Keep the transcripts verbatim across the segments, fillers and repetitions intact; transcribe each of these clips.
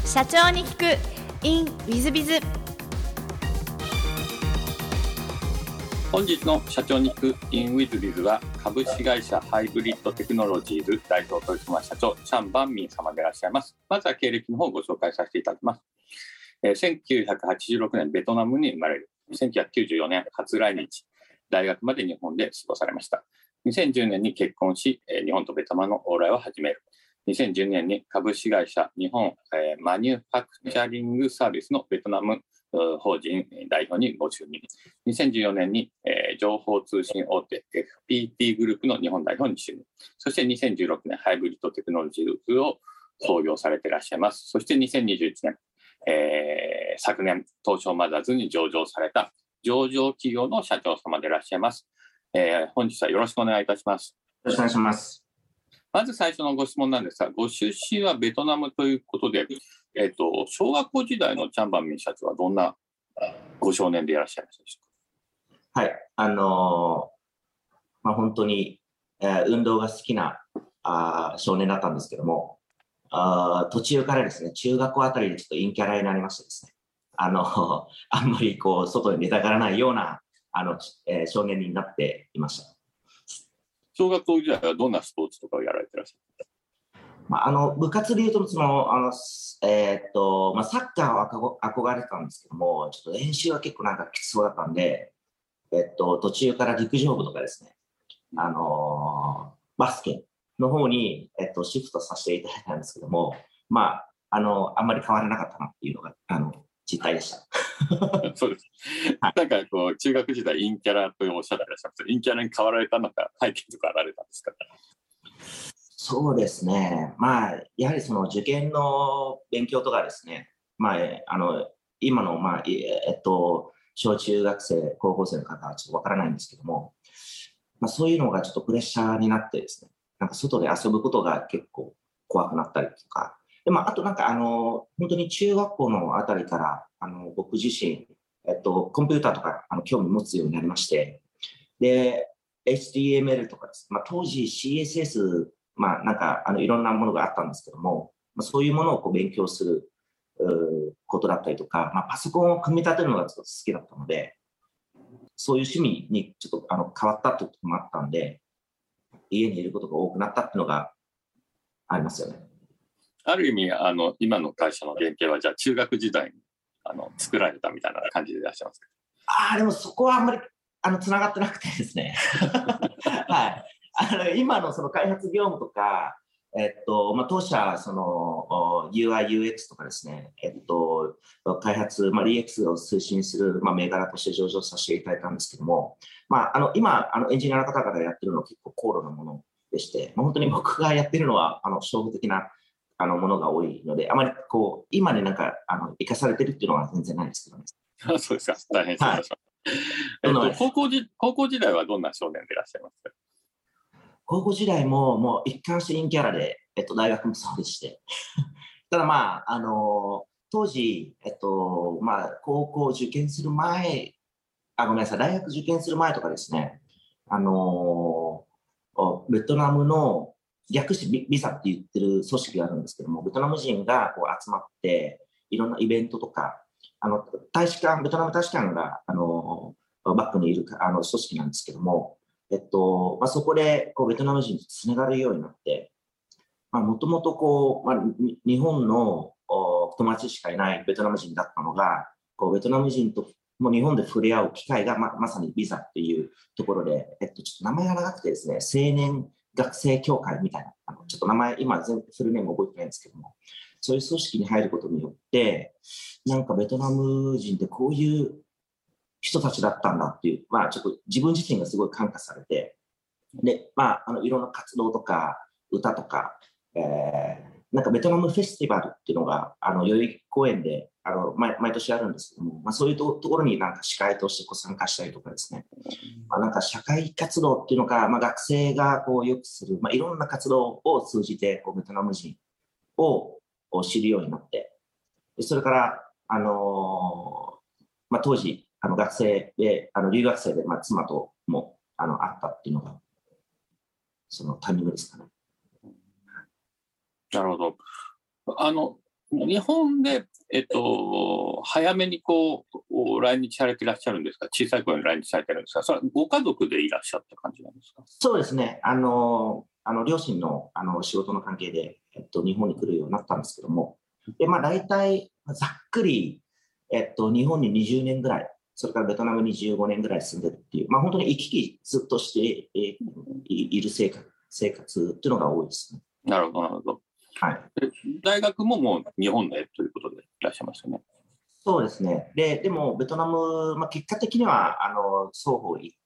社長に聞く in ウィズビズ。 本日の社長に聞く in ウィズビズは、株式会社ハイブリッドテクノロジーズ代表取締役社長チャン・バンミン様でいらっしゃいます。まずは経歴の方をご紹介させていただきます。えー、せんきゅうひゃくはちじゅうろくねんベトナムに生まれる。せんきゅうひゃくきゅうじゅうよねん初来日、大学まで日本で過ごされました。にせんじゅうねんに結婚し、日本とベトナムの往来を始める。にせんじゅうねんに株式会社日本、えー、マニュファクチャリングサービスのベトナム法人代表にご就任。にせんじゅうよねんに、えー、情報通信大手 エフピーティー グループの日本代表に就任。そしてにせんじゅうろくねんハイブリッドテクノロジーズを創業されていらっしゃいます。そしてにせんにじゅういちねん、えー、昨年東証マザーズに上場された上場企業の社長様でいらっしゃいます。えー、本日はよろしくお願いいたします。 よろしくお願いします。 まず最初のご質問なんですが、ご出身はベトナムということで、えーと、小学校時代のチャン・バンミン社長はどんなご少年でいらっしゃいましたでしょうか。はい、あのーまあ、本当に、えー、運動が好きなあ少年だったんですけども、あ途中からですね、中学校あたりでちょっと陰キャラになりましてですね、あのあんまりこう外に出たがらないようなあの、えー、少年になっていました。 小学校時代はどんなスポーツとかをやられてらっしゃるんですか？ まあ、あの部活でいうとそのあの、えーっとまあ、サッカーは憧れてたんですけども、ちょっと練習は結構なんかきつそうだったんで、えーっと途中から陸上部とかですね、あのー、バスケの方に、えーっとシフトさせていただいたんですけども、まあ、あのあんまり変わらなかったなっていうのがあの実態でした。 そうです。なんかこう中学時代陰キャラとおっしゃってらっしゃいます。陰キャラに変わられたのか背景とかあられたんですか？ そうですね。まあやはりその受験の勉強とかですね。まああの今のまあえっと小中学生高校生の方はちょっとわからないんですけども、まあそういうのがちょっとプレッシャーになってですね。なんか外で遊ぶことが結構怖くなったりとか。でまあ、あとなんかあの本当に中学校のあたりからあの僕自身、えっと、コンピューターとかあの興味持つようになりまして、で エイチティーエムエル とかです、まあ、当時 シーエスエス、まあ、なんかあのいろんなものがあったんですけども、まあ、そういうものをこう勉強することだったりとか、まあ、パソコンを組み立てるのがちょっと好きだったので、そういう趣味にちょっとあの変わったということもあったんで、家にいることが多くなったっていうのがありますよね。 ある意味あの今の会社の原型はじゃあ中学時代にあの作られたみたいな感じでいらっしゃいますか？ ああ、でもそこはあんまりあの繋がってなくてですね、はい、あの今のその開発業務とか、えっとまあ、当社その ユーアイユーエックス とかですね、えっと、開発、まあ、ディーエックス を推進する、まあ、銘柄として上場させていただいたんですけども、まあ、あの今あのエンジニアの方々がやってるのは結構高度なものでして、まあ、本当に僕がやってるのはあの初歩的なあのものが多いので、あまりこう今になんかあの生かされてるっていうのは全然ないんですけどね。 あ、そうですか。大変失礼しました。えっと、高校時、高校時代はどんな少年でいらっしゃいますか？ 高校時代ももう一貫して陰キャラで、えっと、大学もそうでしてただまあ、あの当時、えっとまあ、高校受験する前あごめんなさい大学受験する前とかですね、あのベトナムの略してビザって言ってる組織があるんですけども、ベトナム人がこう集まっていろんなイベントとか、あの大使館ベトナム大使館があのバックにいるあの組織なんですけども、えっとまあ、そこでこうベトナム人とつながるようになって、もともとこう、まあ、日本の友達しかいないベトナム人だったのが、こうベトナム人ともう日本で触れ合う機会が ま, まさにビザっていうところで、えっと、ちょっと名前が長くてですね、青年学生協会みたいな、あのちょっと名前、今全フルネーム覚えてないんですけども、そういう組織に入ることによって、なんかベトナム人ってこういう人たちだったんだっていう、まあちょっと自分自身がすごい感化されて、で、まあ、あのいろんな活動とか歌とか、えー、なんかベトナムフェスティバルっていうのがあの代々木公園であの 毎, 毎年あるんですけども、まあ、そういう と, ところになんか司会としてこう参加したりとかですね、まあ、なんか社会活動っていうのか、まあ、学生がこうよくする、まあ、いろんな活動を通じてこうベトナム人を知るようになって、でそれから、あのーまあ、当時あの学生であの留学生で、まあ、妻ともあの会ったっていうのがそのタイミングですかね。 なるほど。あの日本で、えっと、早めにこう来日されていらっしゃるんですか、小さい頃に来日されてるんですか、それはご家族でいらっしゃった感じなんですか？ そうですね、あのあの両親の、あの仕事の関係で、えっと、日本に来るようになったんですけども、でまあ、大体ざっくり、えっと、日本ににじゅうねんぐらい、それからベトナムにじゅうごねんぐらい住んでるっていう、まあ、本当に行き来ずっとして、えー、いる生活、生活っていうのが多いですね。 なるほど、なるほど。 はい、 大学ももう日本でということでいらっしゃいますよね。 そうですね。で、でもベトナム、まあ、結果的にはあの双方行って、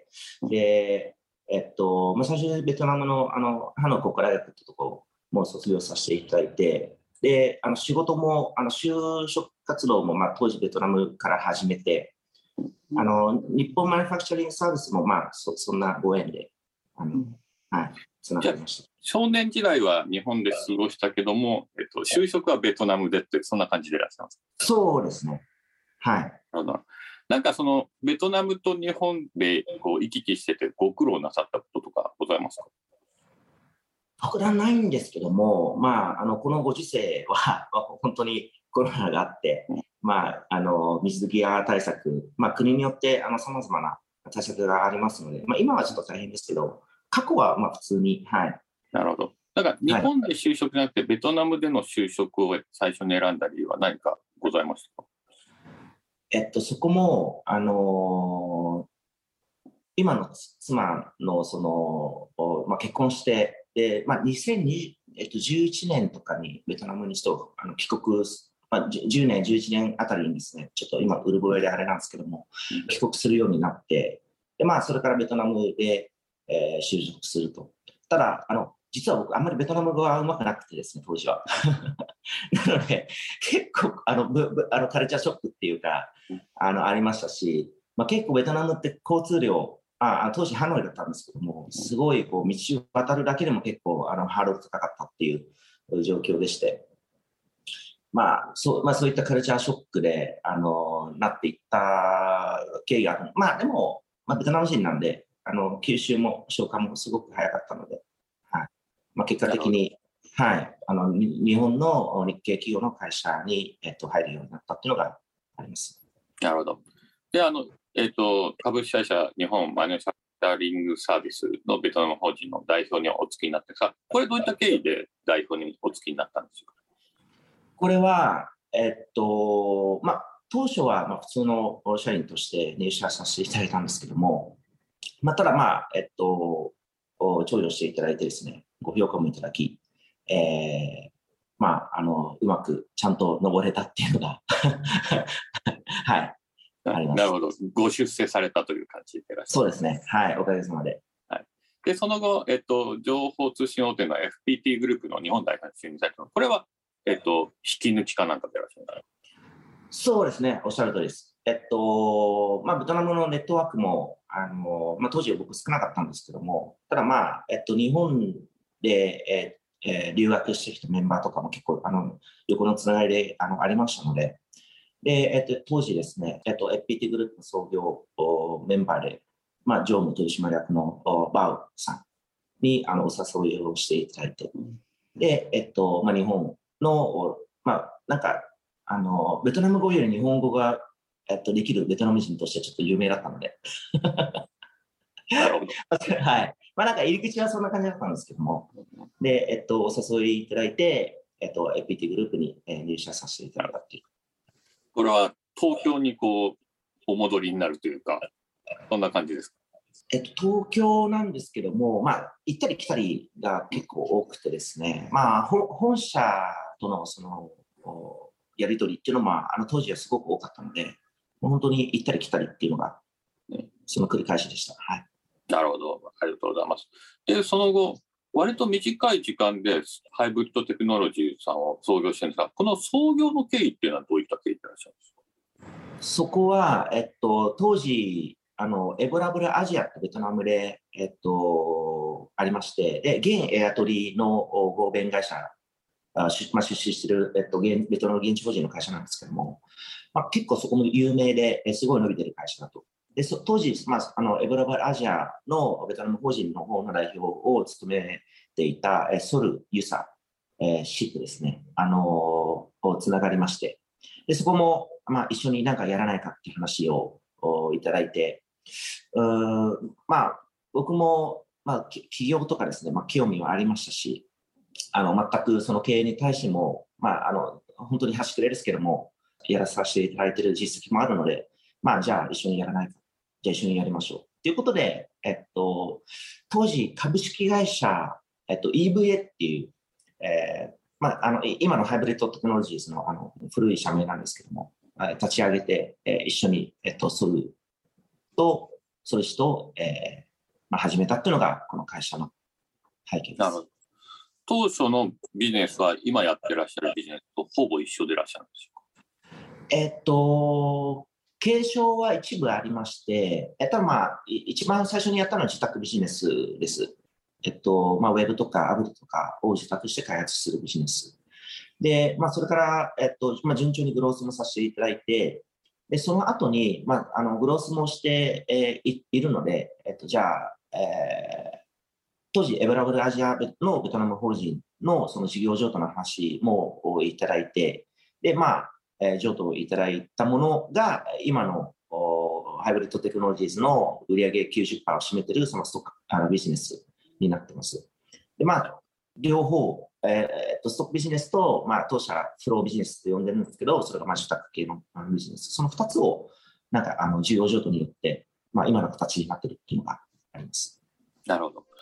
で、えっと、まあ、最初にベトナムのあのハノイ国家大学ってところも卒業させていただいて、で、あの仕事も、あの就職活動も、まあ、当時ベトナムから始めて、あの日本マニュファクチャリングサービスも、まあ、そ, そんなご縁で、あの、はい、つながりました。 少年時代は日本で過ごしたけども、えっと、就職はベトナムでって、そんな感じでいらっしゃいますか？ そうですね。はい。 なんかそのベトナムと日本でこう行き来しててご苦労なさったこととかございますか？ 特段ないんですけども、まあ、あのこのご時世は本当にコロナがあって、まあ、あの水際対策、まあ、国によってさまざまな対策がありますので、まあ、今はちょっと大変ですけど、過去はまあ普通に、はい。 なるほど。だから日本で就職じゃなくて、はい、ベトナムでの就職を最初に選んだ理由は何かございましたか？ えっと、そこも、あのー、今の妻のその、まあ、結婚して、でまあ、にせんじゅういちねんとかにベトナムにとあの帰国、まあ、じゅうねん、じゅういちねんあたりにですね、ちょっと今、ウルグアイであれなんですけども、帰国するようになって、でまあ、それからベトナムで、えー、就職すると。ただ、あの実は僕、あんまりベトナム語はうまくなくてですね、当時は。なので、結構あのぶぶあのカルチャーショックっていうか、あのありましたし、まあ、結構ベトナムって交通量、あ当時ハノイだったんですけども、すごいこう道を渡るだけでも結構あのハードル高かったっていう状況でして、まあそうまあ、そういったカルチャーショックであのなっていった経緯がある。まあでも、まあ、ベトナム人なんで、あの吸収も消化もすごく早かったので、はいまあ、結果的に、はい、あの日本の日系企業の会社に、えっと、入るようになったっていうのがあります。 なるほど。で、あの、えっと、株式会社日本マニュファクチャリングサービスのベトナム法人の代表にお付きになってさ、これどういった経緯で代表にお付きになったんでしょうか？ これは、えっと、まあ、当初はまあ普通の社員として入社させていただいたんですけども、まあ、ただまあ、えっと、長女していただいてですね、ご評価もいただき、えー、まあ、あの、うまくちゃんと登れたっていうのが、はい、あります。 なるほど。ご出世されたという感じでいらっしゃる。 そうですね。はい、おかげさまで。 はい。で、その後、えっと、情報通信大手の エフピーティー グループの日本代表に就任されたの。これは、えっと、引き抜きかなんかでいらっしゃるんですか？ そうですね。おっしゃる通りです。えっと、まあ、ベトナムのネットワークも、あの、まあ、当時は僕少なかったんですけども、ただまあ、えっと、日本で、えーえー、留学してきたメンバーとかも結構、あの、横のつながりであのありましたので、で、えっと、当時ですね、えっと、エフピーティー グループの創業メンバーで、まあ、常務取締役のバウさんにあのお誘いをしていただいて、で、えっと、まあ、日本の、まあ、なんか、あの、ベトナム語より日本語が、えっと、できるベトナム人としてちょっと有名だったので。 なるほど。 はい。まあ、なんか入り口はそんな感じだったんですけども、で、えっと、お誘いいただいて、えっと、エフピーティー グループに入社させていただいたっていう。 これは東京にこう、お戻りになるというか、そんな感じですか？ えっと、東京なんですけども、まあ、行ったり来たりが結構多くてですね、まあ、本社とのその、やり取りっていうのも、あの当時はすごく多かったので、もう本当に行ったり来たりっていうのが、ね、その繰り返しでした。はい。 なるほど。ありがとうございます。で、その後、割と短い時間でハイブリッドテクノロジーさんを創業してるんですが、この創業の経緯っていうのはどういった経緯でいらっしゃるんですか？ そこは、えっと、当時、あのエボラブルアジアってベトナムで、えっと、ありまして、で現エアトリの合弁会社、あまあ、出資している、えっと、ベトナム現地法人の会社なんですけども、まあ、結構そこも有名ですごい伸びてる会社だと。でそ当時、まあ、あのエボラブルアジアのベトナム法人の方の代表を務めていたソル・ユサえー、シップですね、あのー、をつながりまして、でそこも、まあ、一緒になんかやらないかっていう話をいただいて、うーまあ、僕も、まあ、企業とかですね、まあ、興味はありましたし、あの全くその経営に対しても、まあ、あの本当に端くれですけども、やらさせていただいている実績もあるので、まあ、じゃあ一緒にやらないか、じゃあ一緒にやりましょうということで、えっと、当時、株式会社、えっと、イーブイエー っていう、えーまあ、あの今のハイブリッドテクノロジーズの、あの古い社名なんですけども、立ち上げて、えー、一緒に、えっと、ソルと、ソル氏と、えーまあ、始めたっていうのが、この会社の背景です。 なるほど。当初のビジネスは今やってらっしゃるビジネスとほぼ一緒でいらっしゃるんでしょうか？ えっと、継承は一部ありまして、えっと、まあ、一番最初にやったのは自宅ビジネスです。えっと、まあ、ウェブとかアプリとかを自宅して開発するビジネス。で、まあ、それから、えっと、まあ、順調にグロースもさせていただいて、で、その後に、まあ、あの、グロースもして、えー、い, いるので、えっと、じゃあ、えー、当時、エブラブルアジアのベトナム法人のその事業譲渡の話もいただいて、で、まあ、えー、譲渡をいただいたものが、今のハイブリッドテクノロジーズの売上 きゅうじゅっパーセント を占めているそのストックあのビジネスになっています。で、まあ、両方、えー、ストックビジネスと、まあ、当社フロービジネスと呼んでるんですけど、それがまあ受託系のビジネス、そのふたつをなんかあの事業譲渡によって、まあ、今の形になっているっていうのがあります。 なるほど。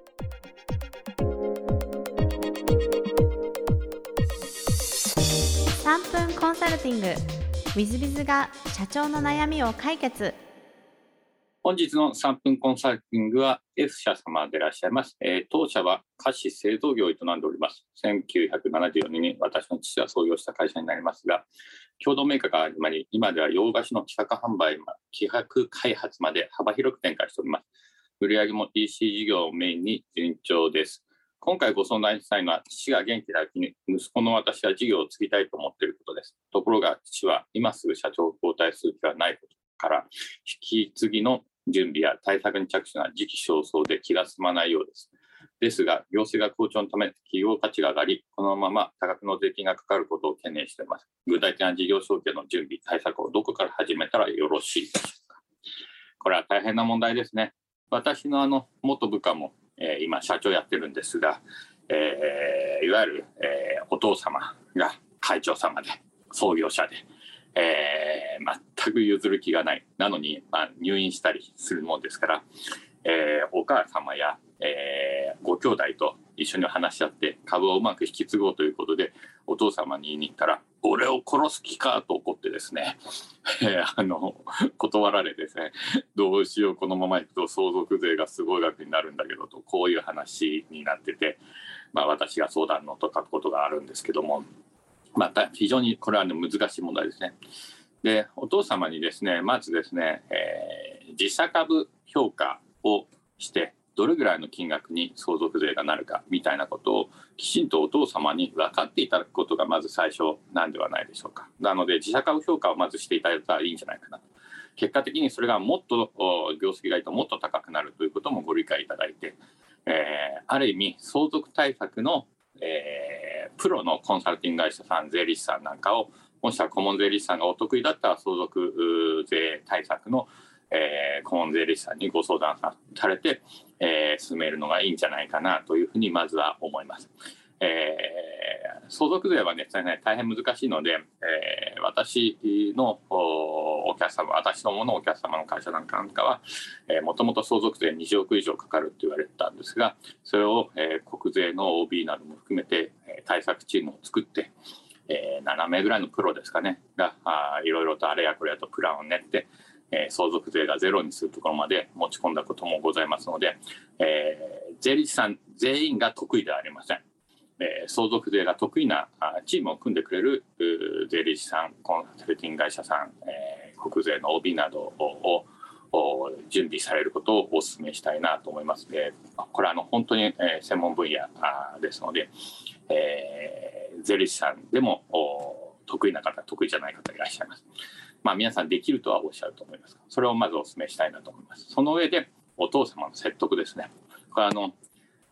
さんぷんコンサルティング ウィズビズ が社長の悩みを解決。 本日のさんぷんコンサルティングは F 社様でいらっしゃいます。えー、当社は菓子製造業を営んでおります。せんきゅうひゃくななじゅうよねんに私の父が創業した会社になりますが、共同メーカーが始まり、今では洋菓子の企画販売、企画開発まで幅広く展開しております。売上も イーシー 事業をメインに順調です。今回ご相談したいのは、父が元気なうちに息子の私は事業を継ぎたいと思っていることです。ところが父は今すぐ社長を交代する気はないことから、引き継ぎの準備や対策に着手が時期尚早で気が済まないようです。ですが、業績が好調のため企業価値が上がり、このまま多額の税金がかかることを懸念しています。具体的な事業承継の準備、対策をどこから始めたらよろしいでしょうか。これは大変な問題ですね。私のあの元部下もえー、今社長やってるんですが、えー、いわゆる、えー、お父様が会長様で創業者で、えー、全く譲る気がないなのに、まあ、入院したりするものですから、えー、お母様や、えー、ご兄弟と一緒に話し合って株をうまく引き継ごうということでお父様に言いに行ったら、俺を殺す気かと怒ってですね、えー、あの断られですね、どうしよう、このままいくと相続税がすごい額になるんだけどと、こういう話になってて、まあ、私が相談のと書くことがあるんですけども、また非常にこれは、ね、難しい問題ですね。で、お父様にですね、まずですね、えー、自社株評価をしてどれぐらいの金額に相続税がなるかみたいなことをきちんとお父様に分かっていただくことがまず最初なんではないでしょうか。なので自社株評価をまずしていただいたらいいんじゃないかなと。結果的にそれがもっと業績がいいともっと高くなるということもご理解いただいて、えー、ある意味相続対策の、えー、プロのコンサルティング会社さん、税理士さんなんかを、もしくは顧問税理士さんがお得意だったら相続税対策の、えー、顧問税理士さんにご相談されて、えー、進めるのがいいんじゃないかなというふうにまずは思います。えー、相続税はね、大変難しいので、えー、私のお客様、私どものお客様の会社なんかは、えー、もともと相続税にじゅうおく以上かかると言われてたんですが、それを、えー、国税の オービー なども含めて、えー、対策チームを作って、えー、ななめいぐらいのプロですかね、があいろいろとあれやこれやとプランを練って、えー、相続税がゼロにするところまで持ち込んだこともございますので、えー、税理士さん全員が得意ではありません。えー、相続税が得意なチームを組んでくれる税理士さん、コンサルティング会社さん、えー、国税の オービー などを準備されることをお勧めしたいなと思います。えー、これはあの本当に、えー、専門分野ですので、えー、税理士さんでも得意な方、得意じゃない方いらっしゃいます。まあ、皆さんできるとはおっしゃると思いますが、それをまずお勧めしたいなと思います。その上でお父様の説得ですね。これはあの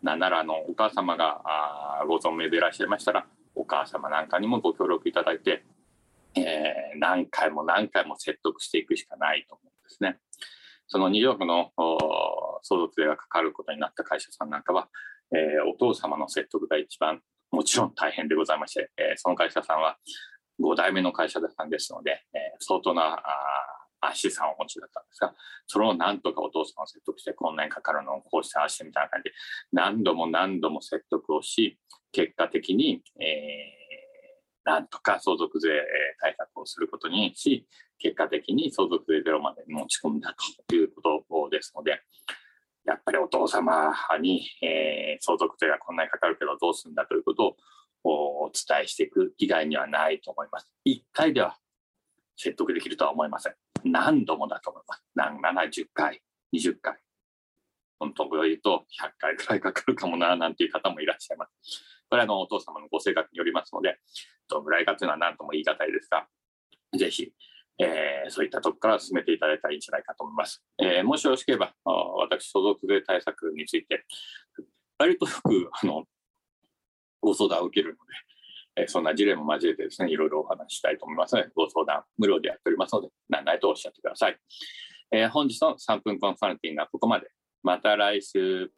なんならあのお母様があご存命でいらっしゃいましたら、お母様なんかにもご協力いただいて、えー、何回も何回も説得していくしかないと思うんですね。そのニューヨークの相続税がかかることになった会社さんなんかは、えー、お父様の説得が一番もちろん大変でございまして、えー、その会社さんはご代目の会社さんですので、えー、相当なあ資産をお持ちだったんですが、それをなんとかお父様を説得して、こんなにかかるのをこうしてああしてみたいな感じで何度も何度も説得をし、結果的に、えー、なんとか相続税対策をすることにし、結果的に相続税ゼロまで持ち込んだということですので、やっぱりお父様に、えー、相続税がこんなにかかるけどどうするんだということをお伝えしていく以外にはないと思います。いっかいでは説得できるとは思いません。何度もだと思います。何ななじゅっかい、にじゅっかい、本当を言うとひゃっかいくらいかかるかもななんていう方もいらっしゃいます。これはあのお父様のご性格によりますので、どのぐらいかというのは何とも言い難いですが、ぜひ、えー、そういったところから進めていただいたらいいんじゃないかと思います。えー、もしよろしければ、私、相続税対策について、割とよくあのご相談を受けるので、えー、そんな事例も交えてですね、いろいろお話ししたいと思いますので、ご相談無料でやっておりますので、何々とおっしゃってください。えー、本日のさんぷんコンサルティングはここまで。また来週。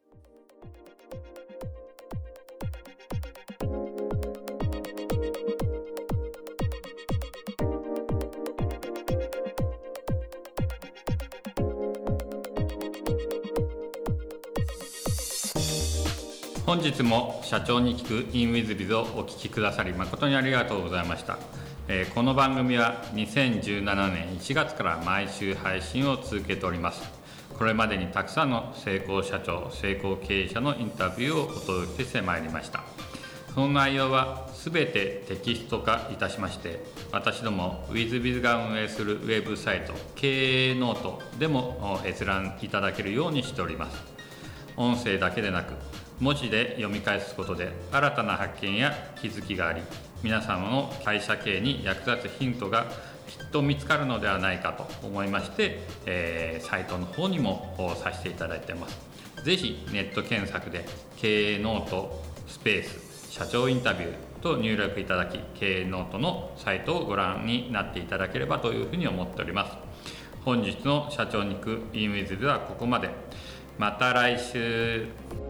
本日も社長に聞く インウィズビズをお聞きくださり誠にありがとうございました。えー、この番組はにせんじゅうななねんいちがつから毎週配信を続けております。これまでにたくさんの成功社長、成功経営者のインタビューをお届けしてまいりました。その内容はすべてテキスト化いたしまして、私ども ウィズビズ が運営するウェブサイト経営ノートでも閲覧いただけるようにしております。音声だけでなく文字で読み返すことで新たな発見や気づきがあり、皆様の会社経営に役立つヒントがきっと見つかるのではないかと思いまして、えー、サイトの方にもさせていただいています。ぜひネット検索で経営ノートスペース社長インタビューと入力いただき、経営ノートのサイトをご覧になっていただければというふうに思っております。本日の社長に行く インウィズではここまで。また来週。